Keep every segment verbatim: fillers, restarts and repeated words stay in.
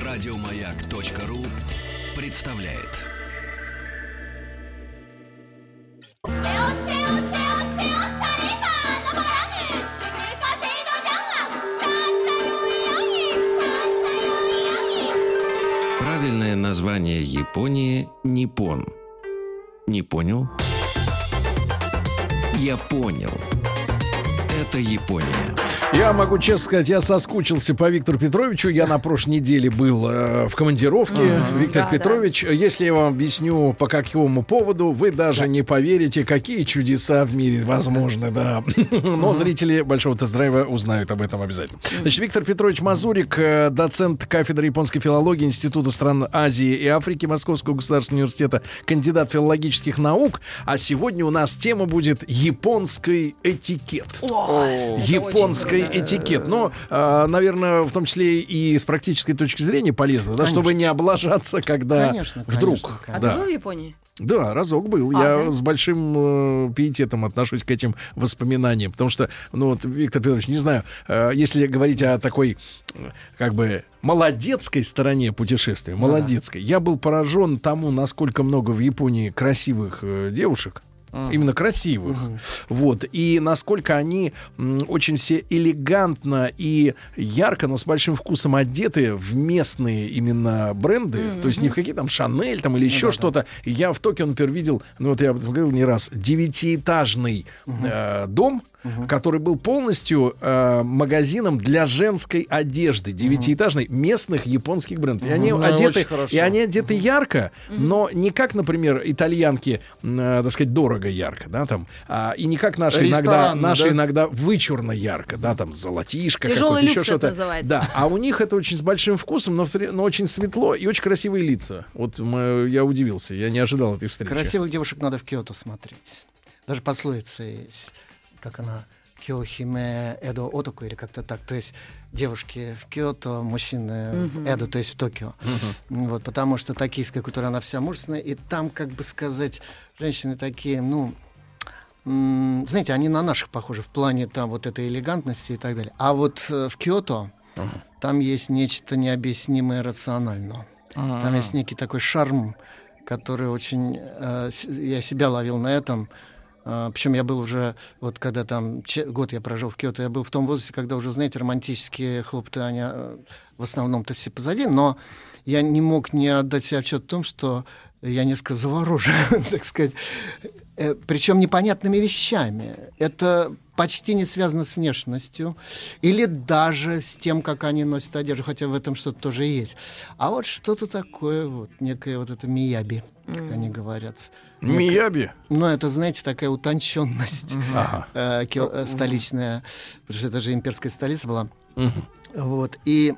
Радиомаяк.ру представляет. Правильное название Японии – Ниппон. Не понял? Я понял. Это Япония. Я могу честно сказать, я соскучился по Виктору Петровичу. Я на прошлой неделе был э, в командировке. Mm-hmm. Виктор да, Петрович, да. Если я вам объясню, по какому поводу, вы даже да. не поверите, какие чудеса в мире возможны, да. Но зрители большого тест-драйва узнают об этом обязательно. Значит, Виктор Петрович Мазурик, доцент кафедры японской филологии Института стран Азии и Африки Московского государственного университета, кандидат филологических наук. А сегодня у нас тема будет японский этикет. О, японский этикет. Но, э, наверное, в том числе и с практической точки зрения полезно, да, чтобы не облажаться, когда конечно, вдруг. Конечно, конечно. Да. А ты был в Японии? Да, разок был. А, Я да? с большим э, пиететом отношусь к этим воспоминаниям. Потому что, ну вот, Виктор Петрович, не знаю, э, если говорить о такой, как бы, молодецкой стороне путешествия, молодецкой, да. я был поражен тому, насколько много в Японии красивых э, девушек. Uh-huh. Именно красивых. Uh-huh. Вот. И насколько они м, очень все элегантно и ярко, но с большим вкусом одеты в местные именно бренды. Uh-huh. То есть не в какие там Шанель там, или еще uh-huh. что-то. И я в Токио, например, видел, ну вот я об этом говорил не раз, девятиэтажный uh-huh. э, дом, Uh-huh. который был полностью э, магазином для женской одежды, девятиэтажной, uh-huh. местных японских брендов. Uh-huh. И они, ну, одеты, и они одеты uh-huh. ярко, uh-huh. но не как, например, итальянки, э, так сказать, дорого ярко, да, там, а, и не как наши иногда, наши да? иногда вычурно ярко, да, там, золотишко, тяжелый люкс еще что-то. Называется. Да, а у них это очень с большим вкусом, но, но очень светло и очень красивые лица. Вот мы, я удивился, я не ожидал этой встречи. Красивых девушек надо в Киото смотреть. Даже пословица есть. Как она, Кёхиме Эдо Отоку, или как-то так. То есть девушки в Киото, мужчины uh-huh. в Эдо, то есть в Токио. Uh-huh. Вот, потому что токийская культура, она вся мужественная, и там, как бы сказать, женщины такие, ну, м- знаете, они на наших похожи в плане там вот этой элегантности и так далее. А вот э, в Киото uh-huh. там есть нечто необъяснимое рационально. Uh-huh. Там есть некий такой шарм, который очень... Э, я себя ловил на этом. Uh, причем я был уже, вот когда там че, год я прожил в Киото, я был в том возрасте, когда уже, знаете, романтические хлопоты, они uh, в основном-то все позади, но я не мог не отдать себе отчет в том, что я несколько заворожен, так сказать, э, причем непонятными вещами. Это почти не связано с внешностью или даже с тем, как они носят одежду, хотя в этом что-то тоже есть. А вот что-то такое, вот, некое вот это мияби, как mm. они говорят. Мияби? Ну, это, знаете, такая утонченность uh-huh. э, ки- э, столичная, потому что это же имперская столица была. Uh-huh. Вот. И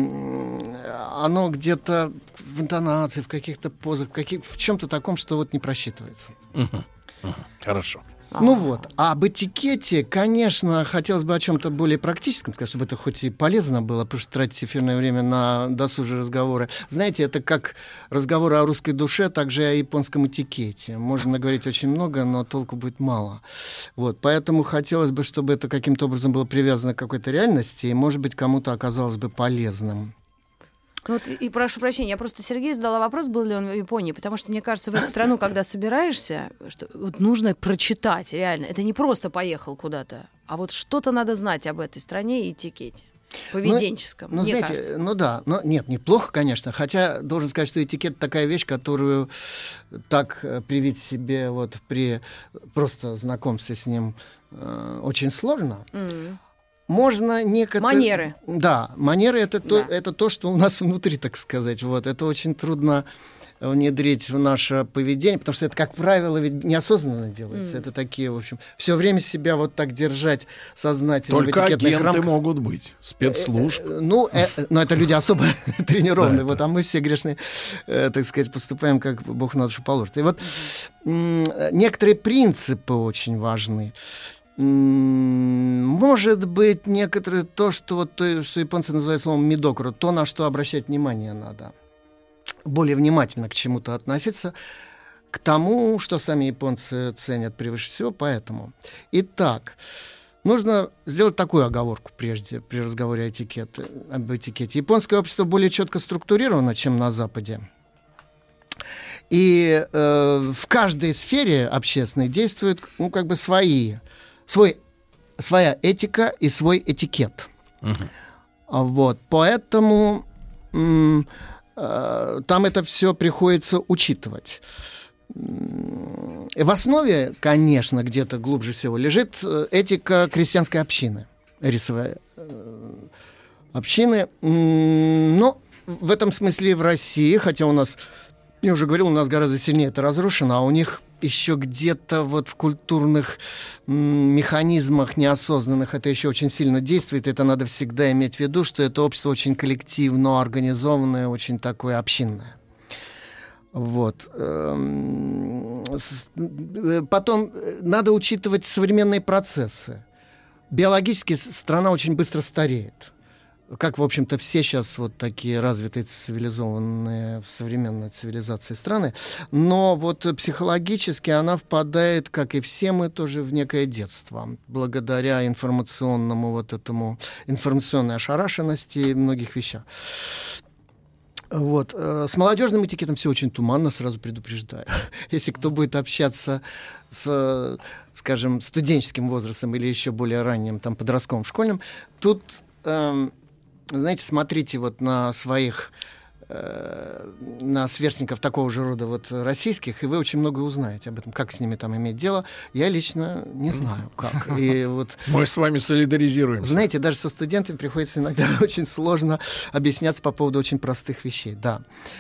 м- оно где-то в интонации, в каких-то позах, в, каких- в чем-то таком, что вот не просчитывается. Uh-huh. Uh-huh. Хорошо. Ну вот, а об этикете, конечно, хотелось бы о чем-то более практическом сказать, чтобы это хоть и полезно было, потому что тратить эфирное время на досужие разговоры. Знаете, это как разговоры о русской душе, также и о японском этикете. Можно говорить очень много, но толку будет мало. Вот, поэтому хотелось бы, чтобы это каким-то образом было привязано к какой-то реальности, и, может быть, кому-то оказалось бы полезным. Вот, и прошу прощения, я просто Сергею задала вопрос, был ли он в Японии, потому что, мне кажется, в эту страну, когда собираешься, что, вот нужно прочитать, реально. Это не просто поехал куда-то, а вот что-то надо знать об этой стране и этикете поведенческом, ну, ну, мне знаете, кажется. Ну да, но нет, неплохо, конечно, хотя должен сказать, что этикет такая вещь, которую так привить себе вот при просто знакомстве с ним э, очень сложно. Mm. Можно некоторые... Манеры. Да, манеры — это, да. то, это то, что у нас внутри, так сказать. Вот. Это очень трудно внедрить в наше поведение, потому что это, как правило, ведь неосознанно делается. Mm. Это такие, в общем, все время себя вот так держать сознательно. Только в этикетных агенты рамках. Могут быть, спецслужб. Ну, э, но это люди особо тренированные, вот, а мы все грешные, э, так сказать, поступаем, как Бог на душу положит. И вот некоторые принципы очень важны. Может быть, некоторые то, что, вот, то, что японцы называют словом мидокуру, то, на что обращать внимание надо. Более внимательно к чему-то относиться, к тому, что сами японцы ценят превыше всего, поэтому. Итак, нужно сделать такую оговорку прежде, при разговоре о этикете, об этикете. Японское общество более четко структурировано, чем на Западе. И э, в каждой сфере общественной действуют, ну, как бы свои, свой, своя этика и свой этикет. Uh-huh. Вот, поэтому м- э, там это все приходится учитывать. И в основе, конечно, где-то глубже всего лежит этика крестьянской общины, рисовой э, общины. Но в этом смысле в России, хотя у нас, я уже говорил, у нас гораздо сильнее это разрушено, а у них еще где-то вот в культурных м, механизмах неосознанных это еще очень сильно действует. Это надо всегда иметь в виду, что это общество очень коллективно организованное, очень такое общинное. Вот. Потом надо учитывать современные процессы. Биологически страна очень быстро стареет. Как, в общем-то, все сейчас вот такие развитые, цивилизованные в современной цивилизации страны. Но вот психологически она впадает, как и все мы, тоже в некое детство. Благодаря информационному вот этому, информационной ошарашенности и многих вещах. Вот. С молодежным этикетом все очень туманно, сразу предупреждаю. Если кто будет общаться с, скажем, студенческим возрастом или еще более ранним, там, подростковым, школьным, тут, эм, знаете, смотрите вот на своих, э, на сверстников такого же рода вот российских, и вы очень много узнаете об этом, как с ними там иметь дело. Я лично не знаю, как. И вот, мы с вами солидаризируемся. Знаете, даже со студентами приходится иногда очень сложно объясняться по поводу очень простых вещей. Да.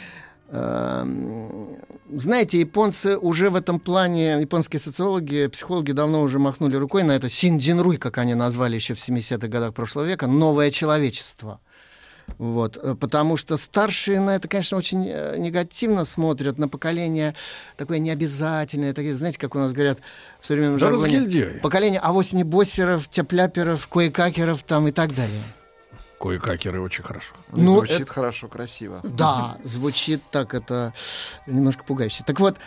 Знаете, японцы уже в этом плане, японские социологи, психологи давно уже махнули рукой на это синдзинруй, как они назвали еще в семидесятых годах прошлого века, новое человечество. Вот, потому что старшие на это, конечно, очень негативно смотрят, на поколение такое необязательное, такие, знаете, как у нас говорят в современном да жаргоне, разгильдяй. Поколение авось-небосеров, тепляперов, кое-какеров там и так далее. Кое-какеры очень хорошо. Ну, звучит это... хорошо, красиво. Да, звучит так, это немножко пугающе. Так вот,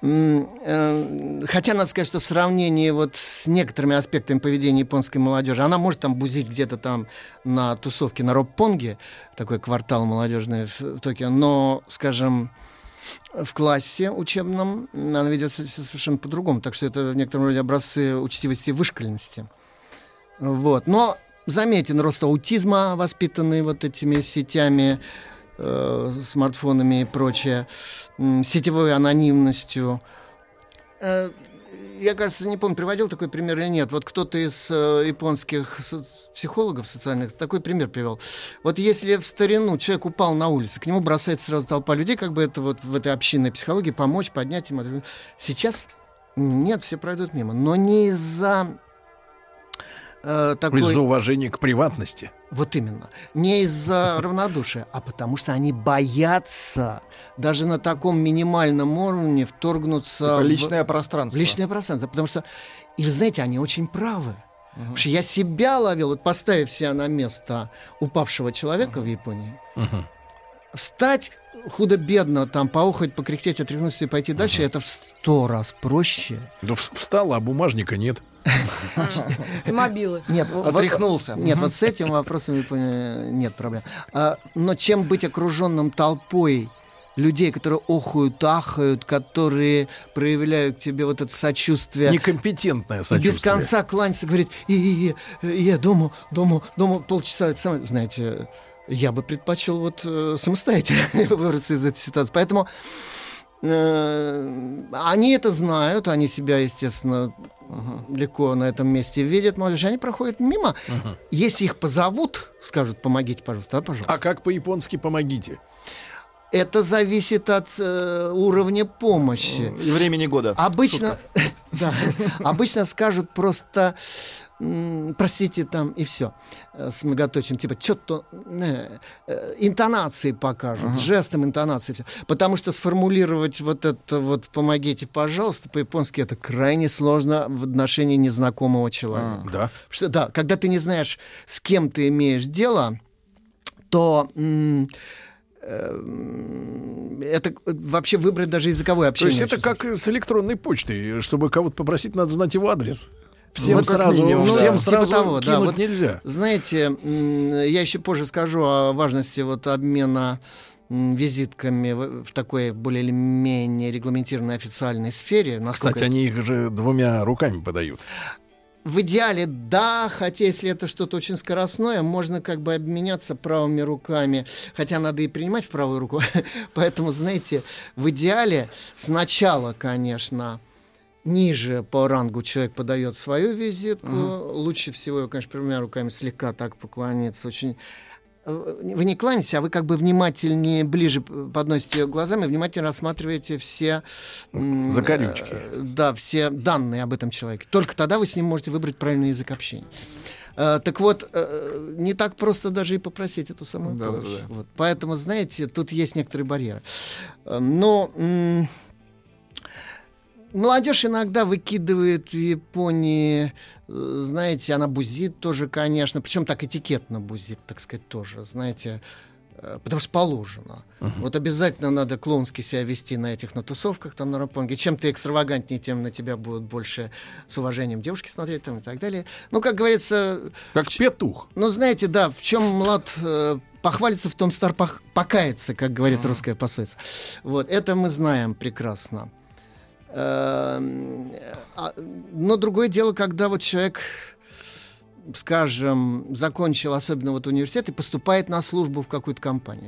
хотя надо сказать, что в сравнении вот с некоторыми аспектами поведения японской молодежи, она может там бузить где-то там на тусовке на Роппонге, такой квартал молодежный в Токио, но, скажем, в классе учебном она ведет себя совершенно по-другому, так что это в некотором роде образцы учтивости и вышкаленности. Вот, но заметен рост аутизма, воспитанный вот этими сетями, э, смартфонами и прочее, э, сетевой анонимностью. Э, я, кажется, не помню, приводил такой пример или нет. Вот кто-то из э, японских со- психологов социальных такой пример привел. Вот если в старину человек упал на улице, к нему бросается сразу толпа людей, как бы это вот в этой общинной психологии помочь, поднять ему. Сейчас нет, все пройдут мимо. Но не из-за... Такой... Из-за уважения к приватности. Вот именно. Не из-за равнодушия, а потому что они боятся даже на таком минимальном уровне вторгнуться в личное пространство. В личное пространство. Потому что, и вы знаете, они очень правы. Uh-huh. Потому что я себя ловил, вот поставив себя на место упавшего человека uh-huh. в Японии, uh-huh. встать худо-бедно, там, поухать, покряхтеть, отряхнуться и пойти uh-huh. дальше, это в сто раз проще. Да встала, а бумажника нет. И мобилы. Нет, отряхнулся. Вот, нет, вот с этим вопросом нет проблем. А, но чем быть окруженным толпой людей, которые охают, ахают, которые проявляют к тебе вот это сочувствие. Некомпетентное сочувствие. И без конца кланяться, говорит, и я дому, дому, дому полчаса. Знаете, я бы предпочел вот самостоятельно выбраться из этой ситуации. Поэтому они это знают, они себя, естественно, uh-huh. легко на этом месте видят, молодежь, они проходят мимо. Uh-huh. Если их позовут, скажут, помогите, пожалуйста, а, пожалуйста. А как по-японски «помогите»? Это зависит от э, уровня помощи. И времени года. Обычно, да, обычно скажут просто... простите, там, и все. С многоточием, типа, что-то э, э, интонации покажут, uh-huh. жестом интонации. Все. Потому что сформулировать вот это вот «помогите, пожалуйста» по-японски это крайне сложно в отношении незнакомого человека. Uh-huh. Да. Что, да, когда ты не знаешь, с кем ты имеешь дело, то... М- это вообще выбрать даже языковое общение. То есть это как с электронной почтой. Чтобы кого-то попросить, надо знать его адрес. всем Вот как сразу, минимум, всем да. сразу Типа того, да, кинуть вот нельзя. Знаете, м, я еще позже скажу о важности вот обмена м, визитками в, в такой более или менее регламентированной официальной сфере. Насколько Кстати, они их же двумя руками подают. В идеале, да, хотя если это что-то очень скоростное, можно как бы обменяться правыми руками, хотя надо и принимать в правую руку. Поэтому, знаете, в идеале сначала, конечно, ниже по рангу человек подает свою визитку. Uh-huh. Лучше всего, конечно, двумя руками слегка так поклониться, очень... Вы не кланяетесь, а вы как бы внимательнее, ближе подносите ее глазами, внимательно рассматриваете все... Закорючки. Э, да, все данные об этом человеке. Только тогда вы с ним можете выбрать правильный язык общения. Э, так вот, э, не так просто даже и попросить эту самую да, помощь. да, да. Вот. Поэтому, знаете, тут есть некоторые барьеры. Э, но... М- Молодежь иногда выкидывает в Японии, знаете, она бузит тоже, конечно, причем так этикетно бузит, так сказать, тоже, знаете, потому что положено. Uh-huh. Вот обязательно надо клоунски себя вести на этих на тусовках, там, на ропонге. Чем ты экстравагантнее, тем на тебя будут больше с уважением девушки смотреть там, и так далее. Ну, как говорится... Как в... петух. Ну, знаете, да, в чем млад... Э, похвалится, в том стар пох... покается, как говорит uh-huh. русская пословица. Вот, это мы знаем прекрасно. Но другое дело, когда вот человек, скажем, закончил особенно вот университет и поступает на службу в какую-то компанию.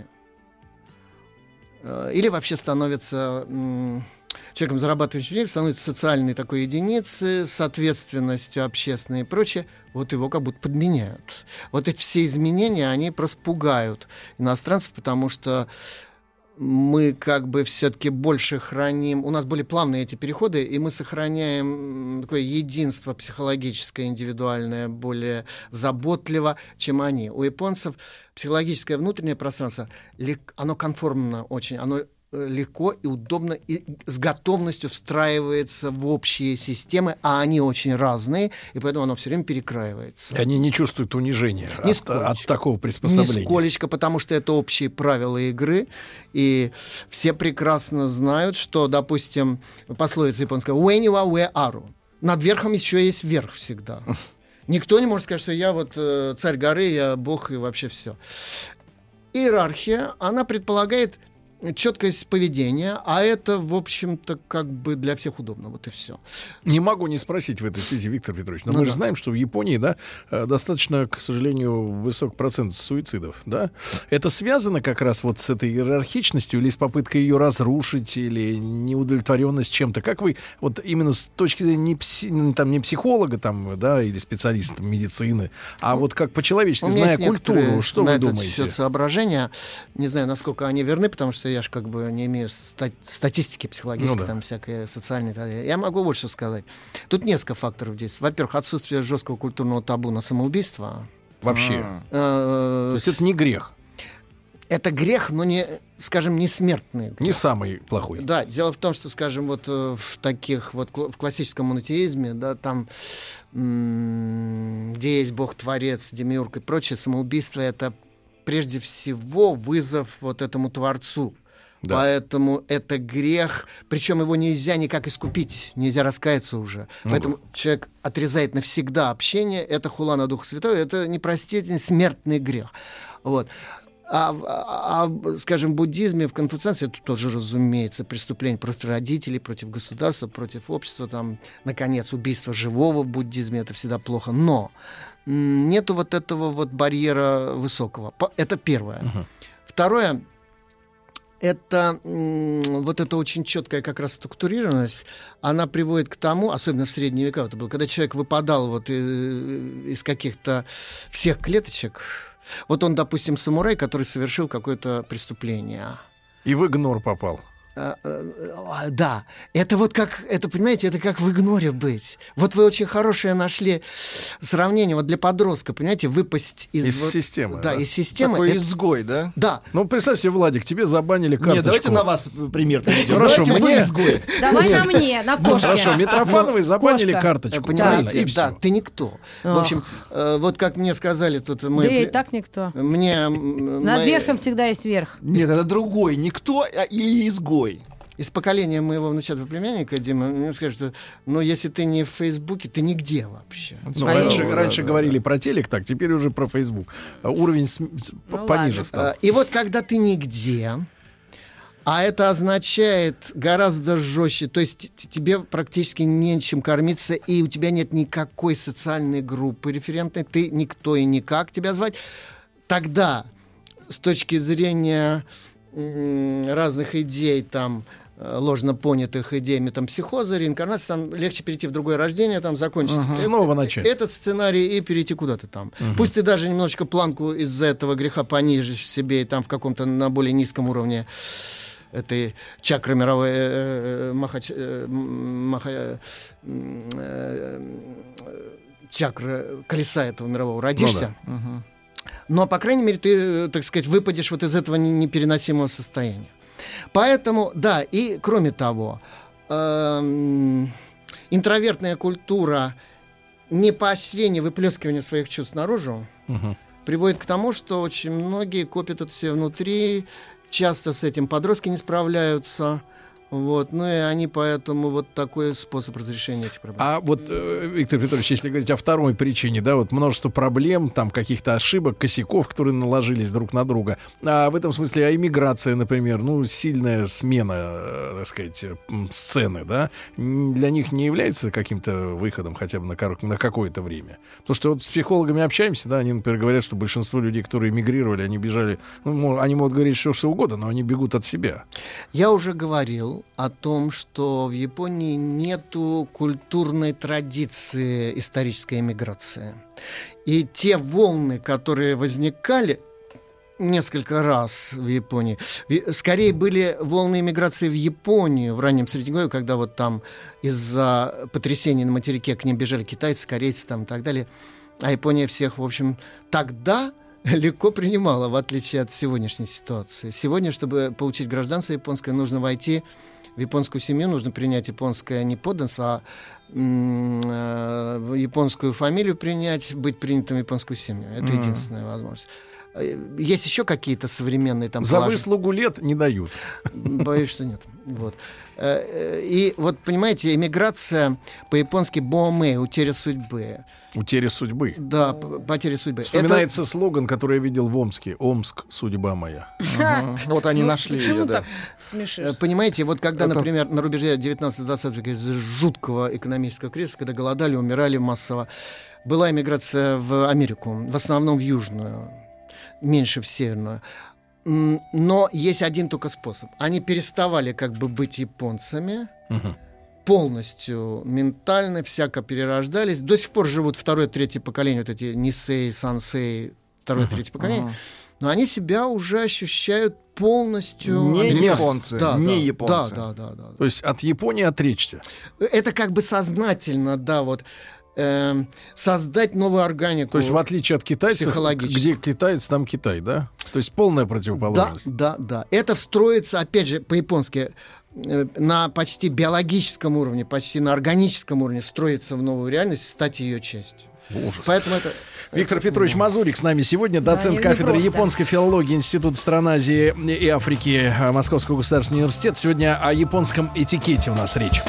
Или вообще становится человеком, зарабатывающим деньги, становится социальной такой единицей, с ответственностью общественной и прочее, вот его как будто подменяют. Вот эти все изменения, они просто пугают иностранцев, потому что мы как бы все-таки больше храним, у нас более плавные эти переходы, и мы сохраняем такое единство психологическое, индивидуальное, более заботливо, чем они. У японцев психологическое внутреннее пространство, оно конформно очень, оно легко и удобно и с готовностью встраивается в общие системы, а они очень разные, и поэтому оно все время перекраивается. И они не чувствуют унижения от, от такого приспособления. Нисколечко, потому что это общие правила игры, и все прекрасно знают, что, допустим, пословица японская «Уэни ва уэ ару» — над верхом еще есть верх всегда. Никто не может сказать, что я вот э, царь горы, я бог и вообще все. Иерархия, она предполагает четкость поведения, а это, в общем-то, как бы для всех удобно. Вот и все. Не могу не спросить в этой связи, Виктор Петрович, но ну мы да. же знаем, что в Японии, да, достаточно, к сожалению, высок процент суицидов, да? Это связано как раз вот с этой иерархичностью или с попыткой ее разрушить, или неудовлетворенность чем-то? Как вы, вот именно с точки зрения не, пси, там, не психолога, там, да, или специалиста медицины, а вот как по-человечески, зная культуру, что вы думаете? Счет соображения, не знаю, насколько они верны, потому что я же как бы не имею стати- статистики психологической, ну, да. там всякой социальной. Я могу вот что сказать. Тут несколько факторов действует. Во-первых, отсутствие жесткого культурного табу на самоубийство. Вообще. То есть это не грех. Это грех, но не, скажем, не смертный грех. Не самый плохой. Да, дело в том, что, скажем, вот в таких вот в классическом монотеизме, да, там, м- где есть Бог-творец, демиург и прочее, самоубийство — это прежде всего вызов вот этому Творцу. Да. Поэтому это грех, причем его нельзя никак искупить, нельзя раскаяться уже. Ну, Поэтому да. человек отрезает навсегда общение, это хула на Духа Святого, это непростительный смертный грех. Вот. А, а, а, скажем, в буддизме, в конфуцианстве, это тоже, разумеется, преступление против родителей, против государства, против общества, там, наконец, убийство живого в буддизме, это всегда плохо. Но м- нету вот этого вот барьера высокого. Это первое. Uh-huh. Второе, это м- вот эта очень четкая как раз структурированность, она приводит к тому, особенно в средние века это было, когда человек выпадал вот из, из каких-то всех клеточек. Вот он, допустим, самурай, который совершил какое-то преступление. И в игнор попал. А, а, да, это вот как, это, понимаете, это как в игноре быть. Вот вы очень хорошее нашли сравнение вот для подростка, понимаете, выпасть из, из вот, системы. Да, да. из системы. Такой это... изгой, да? Да. Ну, представь себе, Владик, тебе забанили карточку. Нет, давайте на вас пример приведем. Хорошо, давайте мне... вы изгой. Давай на мне, на кошке. Хорошо, Митрофановой забанили Кошка. карточку. Понимаете, и да, все. ты никто. Ох. В общем, э, вот как мне сказали тут... Мы... Да и так никто. Мне... Над мои... верхом всегда есть верх. Нет, это другой. Никто а, или изгой. из поколения моего внучатого племянника, Дима, мне скажет, что ну, если ты не в Фейсбуке, ты нигде вообще. Ну, раньше да, раньше да, говорили да. про телек, так, теперь уже про Фейсбук. Уровень с... ну, пониже ладно. стал. И вот когда ты нигде, а это означает гораздо жестче, то есть тебе практически нечем кормиться, и у тебя нет никакой социальной группы референтной, ты никто и никак тебя звать, тогда с точки зрения м- разных идей, там, ложно понятых идей метампсихоза, реинкарнации, там легче перейти в другое рождение, там закончить. Uh-huh. Снова начать. Этот сценарий и перейти куда-то там. Uh-huh. Пусть ты даже немножечко планку из-за этого греха понижишь себе и там в каком-то на более низком уровне этой чакры мировой э, маха, э, маха, э, чакры колеса этого мирового родишься. Ну, да. uh-huh. Но, по крайней мере, ты, так сказать, выпадешь вот из этого непереносимого состояния. Поэтому, да, и кроме того, эм, интровертная культура непоощрения, выплескивания своих чувств наружу угу. приводит к тому, что очень многие копят это все внутри, часто с этим подростки не справляются. Вот, ну и они поэтому вот такой способ разрешения этих проблем. А вот, э, Виктор Петрович, если говорить о второй причине, да, вот множество проблем, там каких-то ошибок, косяков, которые наложились друг на друга. А в этом смысле, а иммиграция, например, ну, сильная смена, э, так сказать, сцены, да, для них не является каким-то выходом хотя бы на, кор- на какое-то время? Потому что вот с психологами общаемся, да, они, например, говорят, что большинство людей, которые эмигрировали, они бежали, ну, они могут говорить что, что угодно, но они бегут от себя. Я уже говорил о том, что в Японии нету культурной традиции исторической эмиграции. И те волны, которые возникали несколько раз в Японии, скорее были волны эмиграции в Японию в раннем Средневековье, когда вот там из-за потрясений на материке к ним бежали китайцы, корейцы там и так далее. А Япония всех, в общем, тогда легко принимала, в отличие от сегодняшней ситуации. Сегодня, чтобы получить гражданство японское, нужно войти в японскую семью, нужно принять японское не подданство, а м- э, японскую фамилию принять, быть принятым в японскую семью. Это mm-hmm. единственная возможность. Есть еще какие-то современные там... За плажи. выслугу лет не дают. Боюсь, что нет. Вот. И вот, понимаете, эмиграция по-японски «боомэ» — утеря судьбы. Утеря судьбы. Да, потеря судьбы. Вспоминается это... слоган, который я видел в Омске. «Омск, судьба моя». Вот они нашли ее, да. Понимаете, вот когда, например, на рубеже девятнадцатого-двадцатого века из-за жуткого экономического кризиса, когда голодали, умирали массово, была эмиграция в Америку, в основном в Южную, меньше в Северную. Но есть один только способ. Они переставали как бы быть японцами, угу. полностью ментально, всяко перерождались. До сих пор живут второе, третье поколение, вот эти Нисей, Сансей, второе, uh-huh. третье поколение. Uh-huh. Но они себя уже ощущают полностью... Не японцы, да, не да, японцы. Да, да, да, да. То есть от Японии отречься. Это как бы сознательно, да, вот... создать новую органику. То есть в отличие от китайцев, где китаец, там Китай, да? То есть полная противоположность. Да, да, да. Это встроится, опять же, по-японски, на почти биологическом уровне, почти на органическом уровне встроиться в новую реальность, стать ее частью. Ужас. Поэтому это... Виктор Петрович Мазурик с нами сегодня, доцент да, кафедры японской филологии Института стран Азии и Африки Московского государственного университета. Сегодня о японском этикете у нас речь.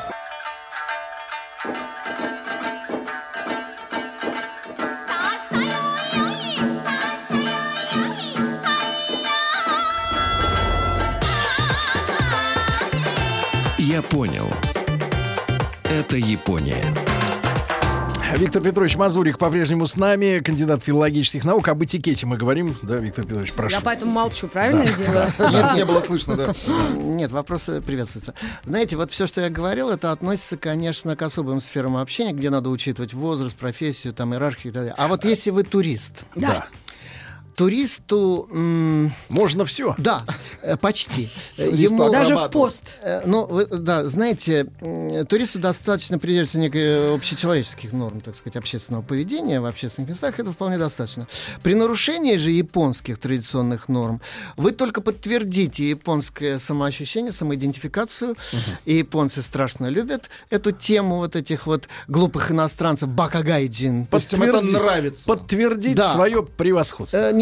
Я понял. Это Япония. Виктор Петрович Мазурик по-прежнему с нами, кандидат филологических наук. Об этикете мы говорим. Да, Виктор Петрович, прошу. Я поэтому молчу, правильно я делаю? Нет, не было слышно, да. Нет, вопросы приветствуются. Знаете, вот все, что я говорил, это относится, конечно, к особым сферам общения, где надо учитывать возраст, профессию, там, иерархию и так далее. А вот если вы турист... Да. Туристу... М- можно все. Да, почти. Ему даже в пост. Ну, вы, да, знаете, туристу достаточно придерживаться неких общечеловеческих норм, так сказать, общественного поведения в общественных местах. Это вполне достаточно. При нарушении же японских традиционных норм вы только подтвердите японское самоощущение, самоидентификацию. Угу. И японцы страшно любят эту тему вот этих вот глупых иностранцев, бакагайджин. Подтвердить, это нравится. Подтвердить да. свое превосходство. Не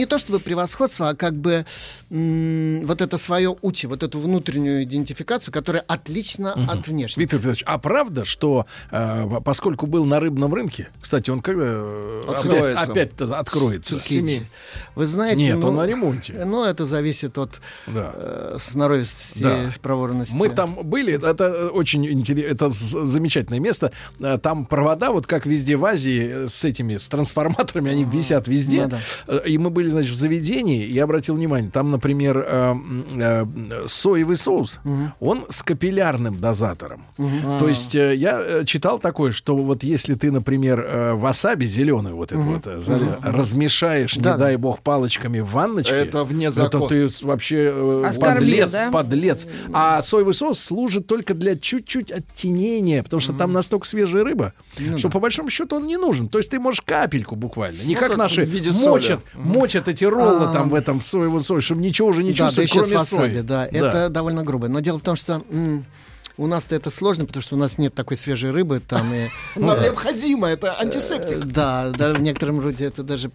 не то чтобы превосходство, а как бы м- вот это свое учи, вот эту внутреннюю идентификацию, которая отлично угу. от внешней. Виктор Петрович, а правда, что э, поскольку был на рыбном рынке, кстати, он когда э, откроется. опять, опять откроется? Вы знаете, нет, ну, он на ремонте. Ну, это зависит от да. э, сноровисти, да. проворности. Мы там были, это очень интересно, это замечательное место. Там провода, вот как везде в Азии, с этими, с трансформаторами, они uh-huh. висят везде. Ну, да. И мы были, значит, в заведении, и я обратил внимание, там, например, э, э, соевый соус, uh-huh. он с капиллярным дозатором. Uh-huh. То есть э, я читал такое, что вот если ты, например, э, васаби зеленый вот это uh-huh. вот э, uh-huh. размешаешь, да, не дай бог, палочками в ванночке, это вне закона. Это ты вообще э, подлец, да? подлец. А соевый соус служит только для чуть-чуть оттенения, потому что uh-huh. там настолько свежая рыба, ну, что да. по большому счету он не нужен. То есть ты можешь капельку буквально. Не ну, как, как наши мочат, мочат эти роллы а, там в этом соевом соусе, чтобы ничего уже не да, чувствовать, да, кроме сои. Да, да, это довольно грубо. Но дело в том, что м- у нас-то это сложно, потому что у нас нет такой свежей рыбы там. И, но необходимо, это антисептик. Да, да, в некотором роде это даже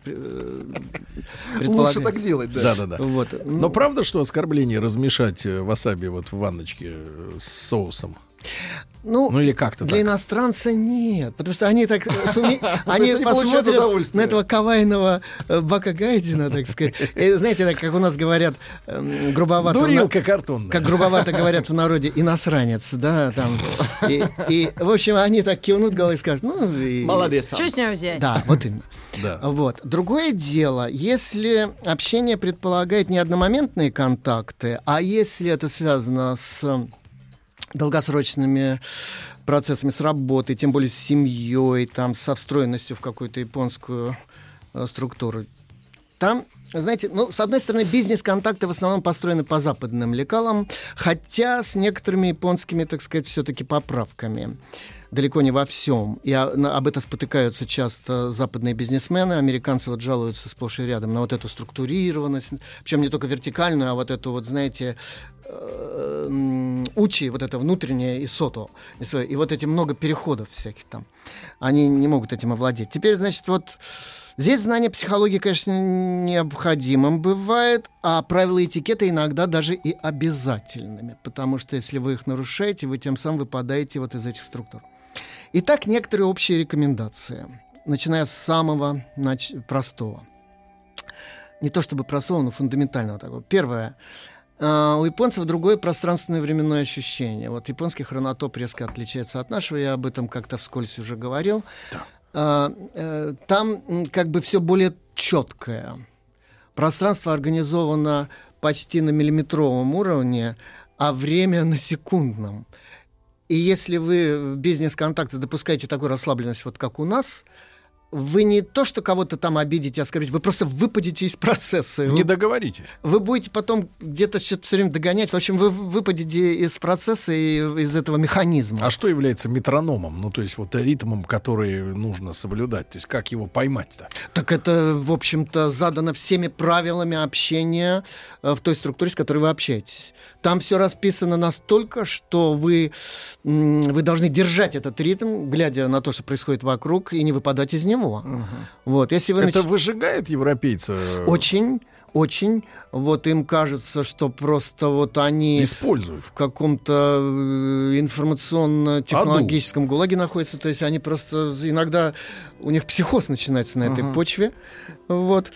лучше так делать, да. Да, да, да. Вот. Но правда, что оскорбление размешать васаби вот в ванночке с соусом? Ну, ну или как-то для так. иностранца нет, потому что они так суми... они посмотрят на этого кавайного Бака Гайдина, так сказать. И, знаете, так, как у нас говорят, эм, грубовато... Дурилка картонная. Как грубовато говорят в народе, иностранец, да, там. И, и, в общем, они так кивнут головой и скажут, ну... И... Молодец. Что с него взять? Да, вот именно. Да. Вот. Другое дело, если общение предполагает не одномоментные контакты, а если это связано с... долгосрочными процессами, с работой, тем более с семьей, там, со встроенностью в какую-то японскую э, структуру. Там, знаете, ну, с одной стороны, бизнес-контакты в основном построены по западным лекалам, хотя с некоторыми японскими, так сказать, все-таки поправками. Далеко не во всем. И а, на, об этом спотыкаются часто западные бизнесмены. Американцы вот жалуются сплошь и рядом на вот эту структурированность, причем не только вертикальную, а вот эту вот, знаете, э, учи, вот это внутреннее и сото. И вот эти много переходов всяких там. Они не могут этим овладеть. Теперь, значит, вот здесь знание психологии, конечно, необходимым бывает, а правила этикета иногда даже и обязательными, потому что если вы их нарушаете, вы тем самым выпадаете вот из этих структур. Итак, некоторые общие рекомендации, начиная с самого нач... простого. Не то чтобы простого, но фундаментального такого. Первое. Uh, у японцев другое пространственное временное ощущение. Вот японский хронотоп резко отличается от нашего, я об этом как-то вскользь уже говорил. Да. Uh, uh, там как бы все более четкое. Пространство организовано почти на миллиметровом уровне, а время на секундном. И если вы в бизнес-контакте допускаете такую расслабленность, вот как у нас, вы не то, что кого-то там обидите, оскорбите, вы просто выпадете из процесса. Не вы, договоритесь. Вы будете потом где-то что-то все время догонять. В общем, вы выпадете из процесса и из этого механизма. А что является метрономом? Ну, то есть вот ритмом, который нужно соблюдать. То есть как его поймать-то? Так это, в общем-то, задано всеми правилами общения в той структуре, с которой вы общаетесь. Там все расписано настолько, что вы, вы должны держать этот ритм, глядя на то, что происходит вокруг, и не выпадать из него. Uh-huh. Вот, если вы это нач... выжигает европейца? Очень, очень. Вот им кажется, что просто вот они используют в каком-то информационно-технологическом Аду. гулаге находятся. То есть они просто иногда у них психоз начинается на этой uh-huh. почве. Вот.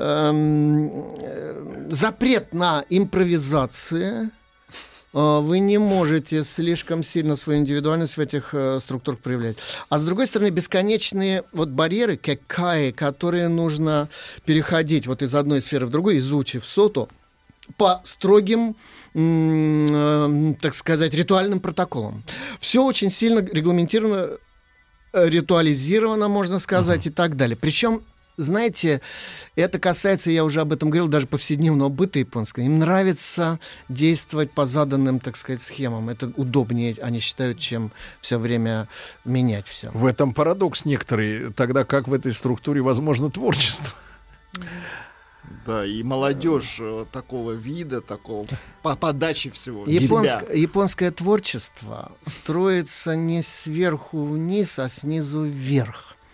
Эм, запрет на импровизацию. Вы не можете слишком сильно свою индивидуальность в этих э, структурах проявлять. А с другой стороны, бесконечные вот барьеры, кеккаи, которые нужно переходить вот из одной сферы в другую, изучив сото, по строгим, м- э, так сказать, ритуальным протоколам. Все очень сильно регламентировано, ритуализировано, можно сказать, uh-huh. и так далее. Причем, знаете, это касается, я уже об этом говорил, даже повседневного быта японского. Им нравится действовать по заданным, так сказать, схемам. Это удобнее, они считают, чем все время менять все. В этом парадокс некоторый, тогда как в этой структуре возможно творчество. Да, и молодежь такого вида, такого по подаче всего. Японск, японское творчество строится не сверху вниз, а снизу вверх.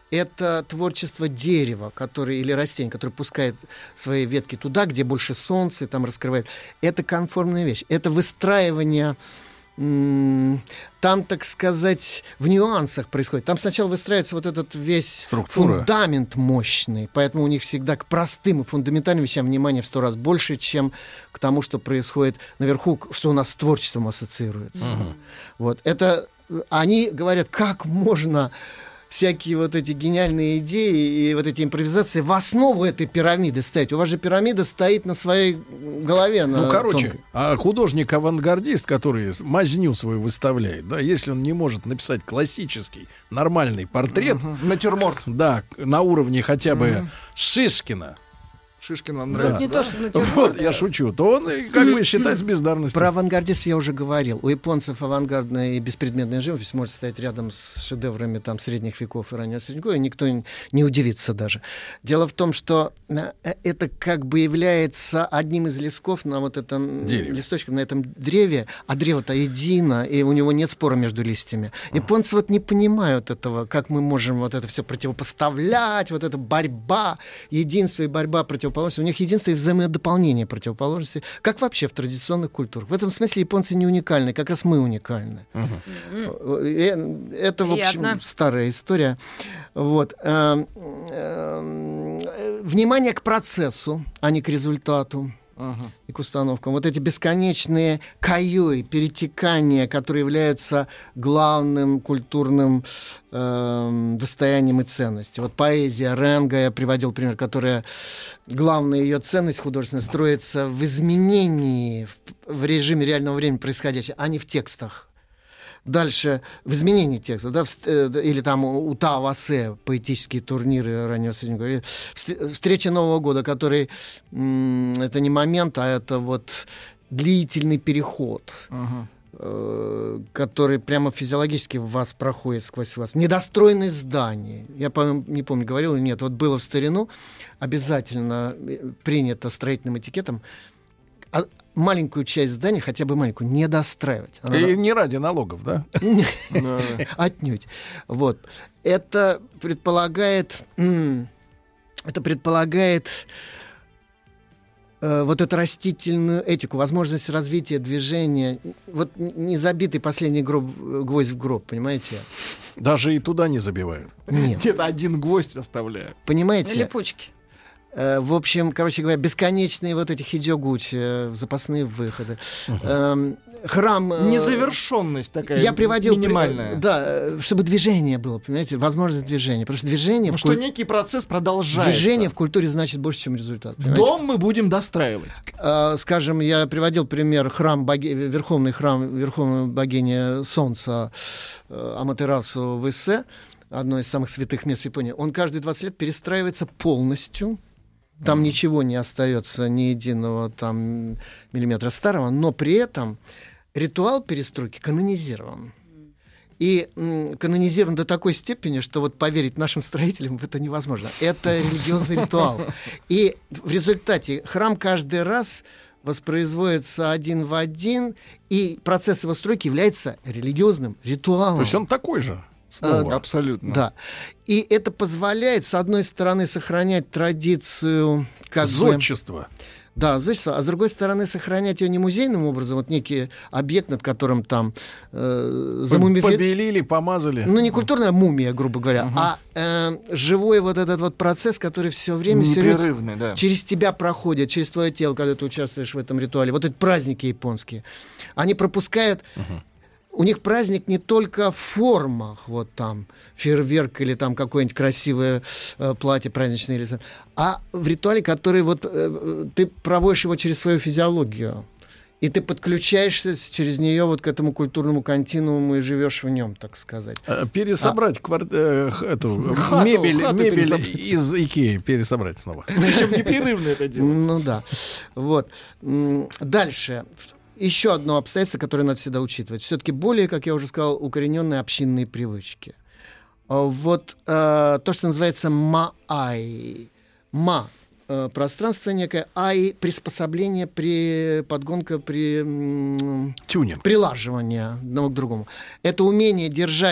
это творчество дерева, которое, или растения, которое пускает свои ветки туда, где больше солнца, и там раскрывает. Это конформная вещь. Это выстраивание... Там, так сказать, в нюансах происходит. Там сначала выстраивается вот этот весь структура, фундамент мощный, поэтому у них всегда к простым и фундаментальным вещам внимание в сто раз больше, чем к тому, что происходит наверху, что у нас с творчеством ассоциируется. Угу. Вот. Это они говорят, как можно всякие вот эти гениальные идеи и вот эти импровизации в основу этой пирамиды ставить. У вас же пирамида стоит на своей голове. Ну, на короче, тонкой. а художник-авангардист, который мазню свою выставляет, да, если он не может написать классический, нормальный портрет, uh-huh. натюрморт, да, на уровне хотя бы uh-huh. Шишкина, Шишкин вам нравится, не да? то, что натюрморт. Вот, я шучу. То он как бы считается бездарностью. Про авангардистов я уже говорил. У японцев авангардная и беспредметная живопись может стоять рядом с шедеврами там, средних веков и раннего средневековья, и никто не удивится даже. Дело в том, что это как бы является одним из листков на вот этом Дерево. листочке, на этом древе, а древо-то едино, и у него нет спора между листьями. Японцы вот не понимают этого, как мы можем вот это все противопоставлять, вот эта борьба, единство и борьба противоположности. У них единство и взаимодополнение противоположности, как вообще в традиционных культурах. В этом смысле японцы не уникальны, как раз мы уникальны. Uh-huh. Это, в общем, Приятно. Старая история. Вот. Внимание к процессу, а не к результату. Uh-huh. И к установкам. Вот эти бесконечные кайёи, перетекания, которые являются главным культурным э, достоянием и ценностью. Вот поэзия Ренга, я приводил пример, которая главная ее ценность художественная строится в изменении, в, в режиме реального времени происходящего, а не в текстах. Дальше в изменении текста, да, в, э, или там Ута-Васе, поэтические турниры раннего среднего, встреча Нового года, который м- это не момент, а это вот длительный переход, uh-huh. э- который прямо физиологически в вас проходит сквозь вас. Недостроенные здания. Я не помню, говорил или нет, вот было в старину обязательно принято строительным этикетом маленькую часть здания, хотя бы маленькую, не достраивать. Она... И не ради налогов, да? Отнюдь. Вот. Это предполагает... Это предполагает вот эту растительную этику, возможность развития движения. Вот не забитый последний гроб, гвоздь в гроб, понимаете? Даже и туда не забивают. Нет. Где-то один гвоздь оставляют. Понимаете? На липучке. В общем, короче говоря, бесконечные вот эти хидёгути, запасные выходы. Uh-huh. Храм... Незавершенность такая я приводил, минимальная. При, да, чтобы движение было, понимаете, возможность движения. Потому что движение... Ну, куль... что некий процесс продолжается. Движение в культуре значит больше, чем результат. Понимаете? Дом мы будем достраивать. А, скажем, я приводил пример храм, боги... верховный храм, верховной богини Солнца Аматерасу в Иссе, одно из самых святых мест в Японии. Он каждые двадцать лет перестраивается полностью. Там mm-hmm. ничего не остается, ни единого там миллиметра старого, но при этом ритуал перестройки канонизирован. И м, канонизирован до такой степени, что вот поверить нашим строителям в это невозможно. Это религиозный ритуал. И в результате храм каждый раз воспроизводится один в один, и процесс его стройки является религиозным ритуалом. То есть он такой же? Снова. А, абсолютно. Да. И это позволяет, с одной стороны, сохранять традицию как зодчества. Бы, да, зодчество, а с другой стороны, сохранять ее не музейным образом, вот некий объект, над которым там э, замумифи... побелили, помазали. Ну, не культурная мумия, грубо говоря, uh-huh. а э, живой вот этот вот процесс, который все время, все время да. через тебя проходит, через твое тело, когда ты участвуешь в этом ритуале. Вот эти праздники японские, они пропускают... Uh-huh. У них праздник не только в формах, вот там фейерверк или там какое-нибудь красивое э, платье праздничное, или, а в ритуале, который вот э, ты проводишь его через свою физиологию, и ты подключаешься через нее вот к этому культурному континууму и живешь в нем, так сказать. Пересобрать а... кварт... э, эту хату, мебель, хату мебель из Икеи пересобрать снова. Причем непрерывно это делать. Ну да. Вот. Дальше. Еще одно обстоятельство, которое надо всегда учитывать. Все-таки более, как я уже сказал, укорененные общинные привычки. Вот э, то, что называется ма-ай. Ма э, пространство некое, ай приспособление, при, подгонка, при, м- тюнинг, прилаживание одного к другому. Это умение держать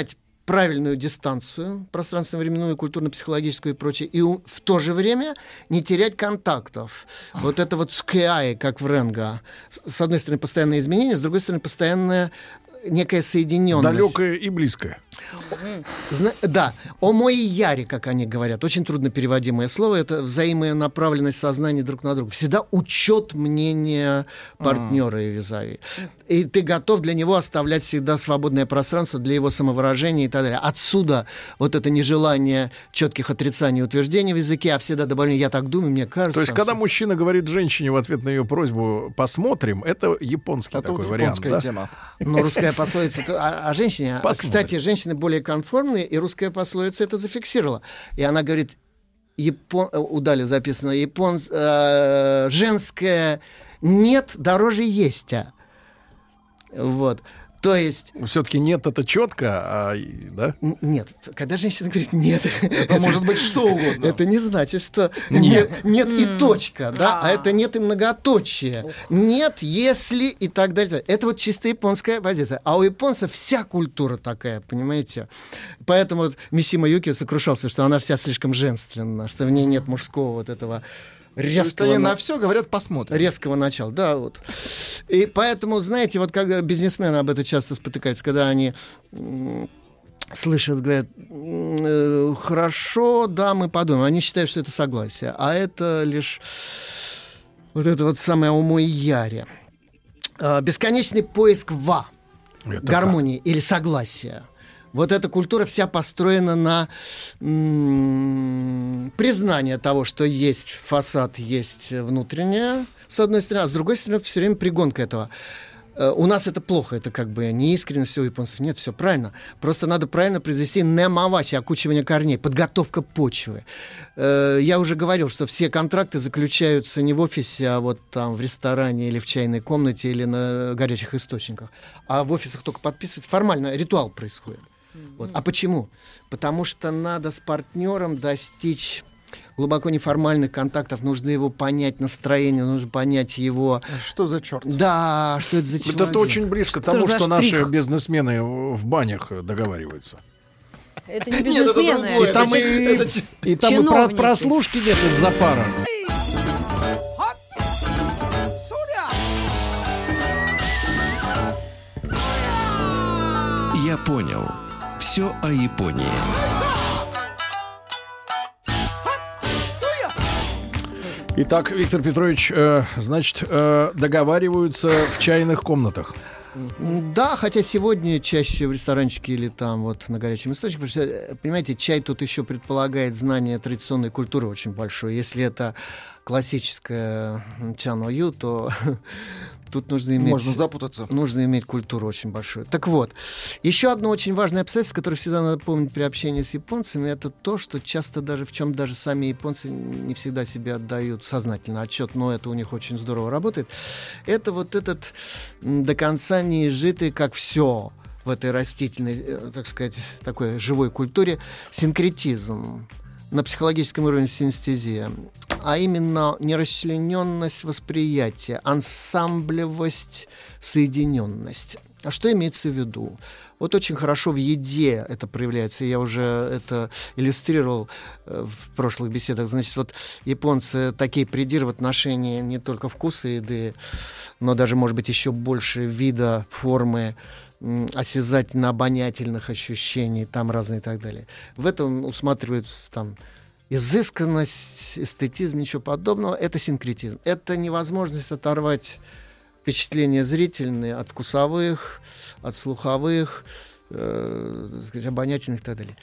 правильную дистанцию, пространственно-временную, культурно-психологическую и прочее, и у, в то же время не терять контактов. Вот это вот скеай, как в Ренго. С, с одной стороны, постоянное изменение, с другой стороны, постоянная некая соединенность. Далекая и близкая. Зна- да, омоияри, как они говорят, очень трудно переводимое слово, это взаимонаправленность сознания друг на друга. Всегда учет мнения партнера и визави. И ты готов для него оставлять всегда свободное пространство для его самовыражения и так далее. Отсюда вот это нежелание четких отрицаний и утверждений в языке, а всегда добавление «я так думаю, мне кажется». То есть, когда мужчина говорит женщине в ответ на ее просьбу «посмотрим», это японский Это такой вот вариант, японская да? тема. Ну, русская пословица о, о женщине. Посмотрим. Кстати, женщины более конформные, и русская пословица это зафиксировала. И она говорит, япон... у Дали записано, япон... э, женское нет дороже есть. Вот. То есть... Все-таки нет, это четко, а, да? н- Нет. Когда женщина говорит нет, Это может быть что угодно. это не значит, что Нет. нет, нет и точка, да, а это нет и многоточие. Нет, если и так далее. Это вот чисто японская позиция. А у японцев вся культура такая, понимаете? Поэтому вот Мисима Юки сокрушался, что она вся слишком женственна, что в ней нет мужского вот этого То есть резкого... они на- на все говорят «посмотрим». резкого начала, да, вот. И поэтому, знаете, вот когда бизнесмены об этом часто спотыкаются, когда они м, слышат, говорят, м, э, хорошо, да, мы подумаем. Они считают, что это согласие, а это лишь вот это вот самое омоияри. А, бесконечный поиск ва, Это гармонии или согласия. Вот эта культура вся построена на м- признании того, что есть фасад, есть внутреннее, с одной стороны, а с другой стороны, все время пригонка этого. Э, У нас это плохо, это как бы неискренность у японцев. Нет, все правильно. Просто надо правильно произвести немаваси, окучивание корней, подготовка почвы. Э, Я уже говорил, что все контракты заключаются не в офисе, а вот там в ресторане или в чайной комнате или на горячих источниках. А в офисах только подписывается. Формально ритуал происходит. Вот. А почему? Потому что надо с партнером достичь глубоко неформальных контактов, нужно его понять, настроение, нужно понять его... Что за черт? Да, что это за человек? Это очень близко к Что тому, за что штрих? наши бизнесмены в в банях договариваются. Это не Нет, это бизнесмены. другое. И там Это и, чи- это чи- и там и про- чиновники. прослушки нет из-за пара. Я понял. Все о Японии. Итак, Виктор Петрович, э, значит, э, договариваются в чайных комнатах. Да, хотя сегодня чаще в ресторанчике или там вот на горячем источнике, потому что, э, понимаете, чай тут еще предполагает знание традиционной культуры очень большое. Если это классическая чан-ою, то тут нужно иметь... Можно запутаться. Нужно иметь культуру очень большую. Так вот, еще одно очень важное обстоятельство, которое всегда надо помнить при общении с японцами, это то, что часто даже, в чем даже сами японцы не всегда себе отдают сознательно отчет, но это у них очень здорово работает. Это вот этот м, до конца не изжитый, как все в этой растительной, э, так сказать, такой живой культуре, синкретизм. На психологическом уровне синестезия, а именно нерасчлененность восприятия, ансамблевость, соединенность. А что имеется в виду? Вот очень хорошо в еде это проявляется. Я уже это иллюстрировал э, в прошлых беседах. Значит, вот японцы такие придиры в отношении не только вкуса еды, но даже, может быть, еще больше вида, формы, осязательно-обонятельных ощущений, там разные и так далее. В этом усматривают там изысканность, эстетизм, ничего подобного. Это синкретизм. Это невозможность оторвать впечатления зрительные от вкусовых, от слуховых, э, так сказать, обонятельных и так далее.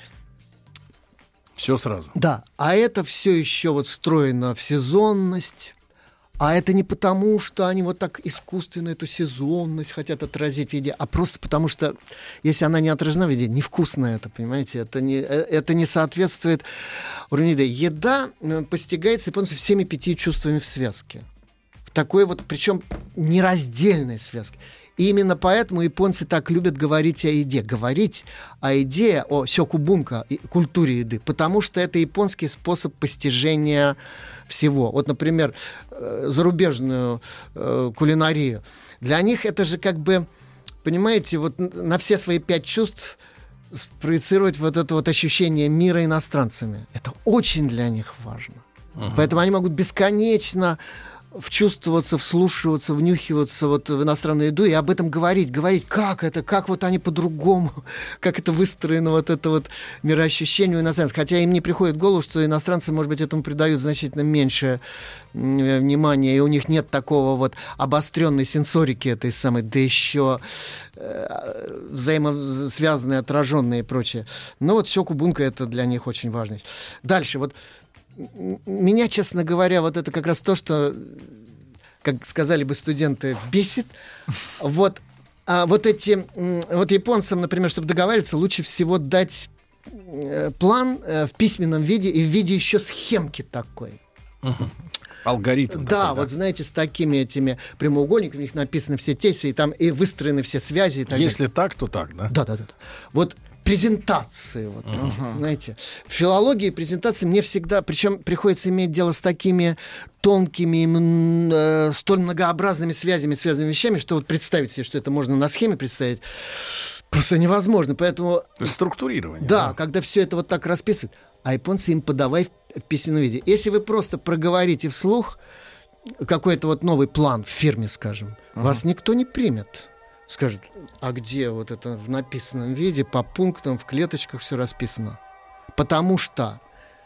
Все сразу. Да, а это все еще вот встроено в сезонность. А это не потому, что они вот так искусственно эту сезонность хотят отразить в еде, а просто потому, что если она не отражена в еде, невкусно это, понимаете? Это не, это не соответствует уровню еды. Еда постигается японцами всеми пяти чувствами в связке. В такой вот, причем нераздельной связке. И именно поэтому японцы так любят говорить о еде. Говорить о еде, о сёкубунка, культуре еды, потому что это японский способ постижения всего. Вот, например, зарубежную э, кулинарию. Для них это же как бы, понимаете, вот на все свои пять чувств спроецировать вот это вот ощущение мира иностранцами. Это очень для них важно. Uh-huh. Поэтому они могут бесконечно вчувствоваться, вслушиваться, внюхиваться вот в иностранную еду и об этом говорить, говорить, как это, как вот они по-другому, как это выстроено, вот это вот мироощущение у иностранцев. Хотя им не приходит в голову, что иностранцы, может быть, этому придают значительно меньше внимания, и у них нет такого вот обостренной сенсорики этой самой, да еще э, взаимосвязанные, отраженные и прочее. Но вот сёкубунка — это для них очень важно. Дальше, вот меня, честно говоря, вот это как раз то, что, как сказали бы студенты, бесит. Вот, а вот эти, вот японцам, например, чтобы договариваться, лучше всего дать план в письменном виде и в виде еще схемки такой. Угу. Алгоритм. Да, такой, вот да. знаете, с такими этими прямоугольниками, у них написаны все тесты, и там и выстроены все связи. И так Если далее. так, то так, да? Да, да, да. Вот презентации, вот, uh-huh. знаете. В филологии презентации мне всегда, причем приходится иметь дело с такими тонкими, э, столь многообразными связями, связанными вещами, что вот представить себе, что это можно на схеме представить, просто невозможно. Поэтому... Структурирование. Да, да, когда все это вот так расписывают, а японцы им подавай в, в письменном виде. Если вы просто проговорите вслух какой-то вот новый план в фирме, скажем, uh-huh. вас никто не примет. Скажут, а где вот это в написанном виде, по пунктам, в клеточках все расписано? Потому что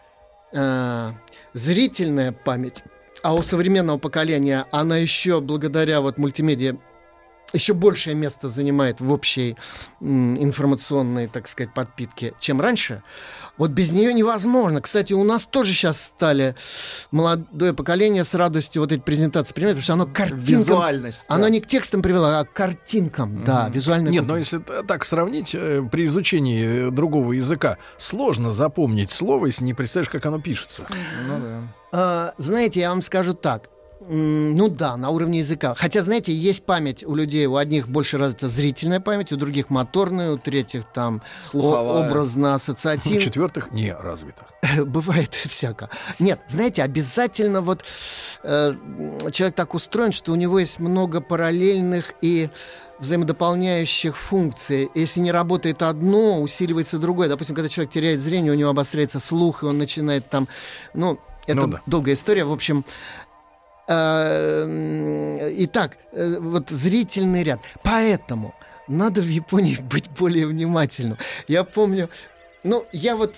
э, зрительная память, а у современного поколения она еще благодаря вот мультимедиа еще большее место занимает в общей м, информационной, так сказать, подпитке, чем раньше. Вот без нее невозможно. Кстати, у нас тоже сейчас стали молодое поколение с радостью вот эти презентации принимать, потому что оно картинкам... Визуальность. Оно да. не к текстам привело, а к картинкам. Mm-hmm. Да, визуально. Нет, но если так сравнить, при изучении другого языка сложно запомнить слово, если не представляешь, как оно пишется. Ну да. А, знаете, я вам скажу так. Ну да, на уровне языка. Хотя, знаете, есть память у людей. У одних больше развита зрительная память, у других моторная, у третьих там слуховая, У образно-ассоциативная. четвертых не развитых. Бывает всяко. Нет, знаете, обязательно вот э, человек так устроен, что у него есть много параллельных и взаимодополняющих функций. Если не работает одно, усиливается другое. Допустим, когда человек теряет зрение, у него обостряется слух, и он начинает там... Ну, это ну, да. долгая история. В общем... Итак, вот зрительный ряд. Поэтому надо в Японии быть более внимательным. Я помню, ну, я вот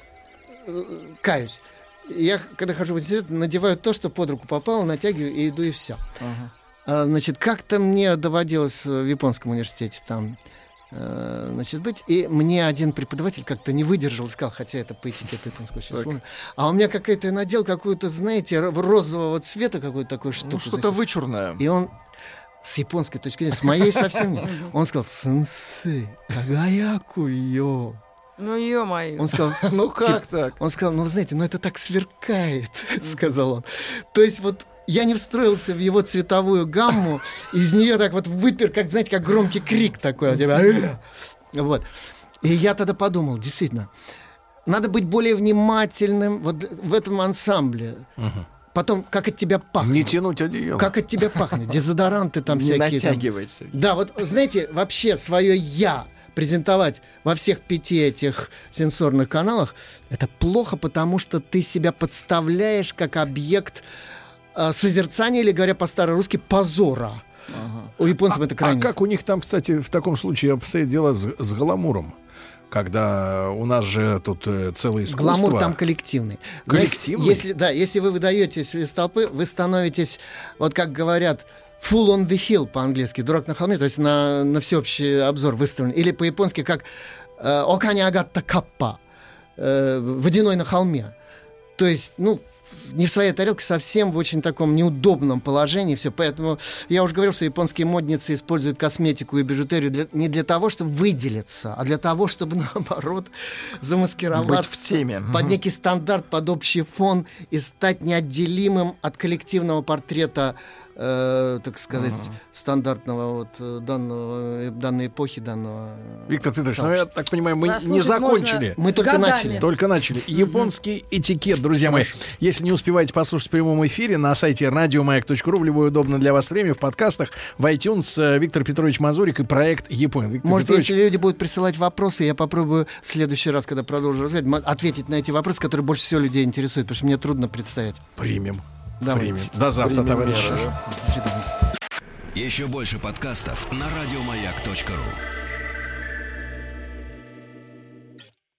каюсь. Я, когда хожу в университет, надеваю то, что под руку попало, натягиваю и иду, и все. Uh-huh. А, значит, как-то мне доводилось в японском университете там значит, быть. И мне один преподаватель как-то не выдержал, сказал, хотя это по этикету японского числа. А у меня какая-то, я надел какую-то, знаете, розового цвета какую-то такую штуку. Ну, что-то значит. вычурное. И он с японской точки зрения, с моей совсем нет. Он сказал, сенсей, кагаяку-йо. Ну, ё-моё. Он сказал, ну как так? Он сказал, ну, вы знаете, ну это так сверкает, сказал он. То есть вот я не встроился в его цветовую гамму, из нее так вот выпер, как, знаете, как громкий крик такой. Вот. И я тогда подумал, действительно, надо быть более внимательным вот в этом ансамбле. Потом, как от тебя пахнет. Не тянуть одеяло. Как от тебя пахнет. Дезодоранты там не всякие. Не натягивайся. Там. Да, вот, знаете, вообще свое «я» презентовать во всех пяти этих сенсорных каналах, это плохо, потому что ты себя подставляешь как объект э, созерцания, или, говоря по-старорусски, позора. Ага. У японцев а, это крайне... А как у них там, кстати, в таком случае обстоят дела с, с гламуром? Когда у нас же тут э, целое искусство. Гламур там коллективный. Коллективный? Знаете, если, да, если вы выдаетесь из толпы, вы становитесь, вот как говорят, full on the hill по-английски, дурак на холме, то есть на, на всеобщий обзор выставлен. Или по-японски как окани агатта каппа, водяной на холме. То есть, ну, не в своей тарелке, совсем в очень таком неудобном положении. Все. Поэтому я уже говорил, что японские модницы используют косметику и бижутерию для, не для того, чтобы выделиться, а для того, чтобы, наоборот, замаскироваться быть в теме. Под угу. некий стандарт, под общий фон и стать неотделимым от коллективного портрета э, так сказать, uh-huh. стандартного вот данного, данной эпохи, данного... Виктор Петрович, ну я так понимаю, мы да, не закончили. Мы только годами. начали. Только начали. Японский uh-huh. этикет, друзья мои. Если не успеваете послушать в прямом эфире, на сайте радиомаяк точка ру в любое удобное для вас время, в подкастах, в iTunes, Виктор Петрович Мазурик и проект Япония. Виктор Может, Петрович... если люди будут присылать вопросы, я попробую в следующий раз, когда продолжу разговаривать, ответить на эти вопросы, которые больше всего людей интересуют, потому что мне трудно представить. Примем. Давайте. Примем. До завтра, Примем, товарищи. До свидания. Еще больше подкастов на радиомаяк точка ру.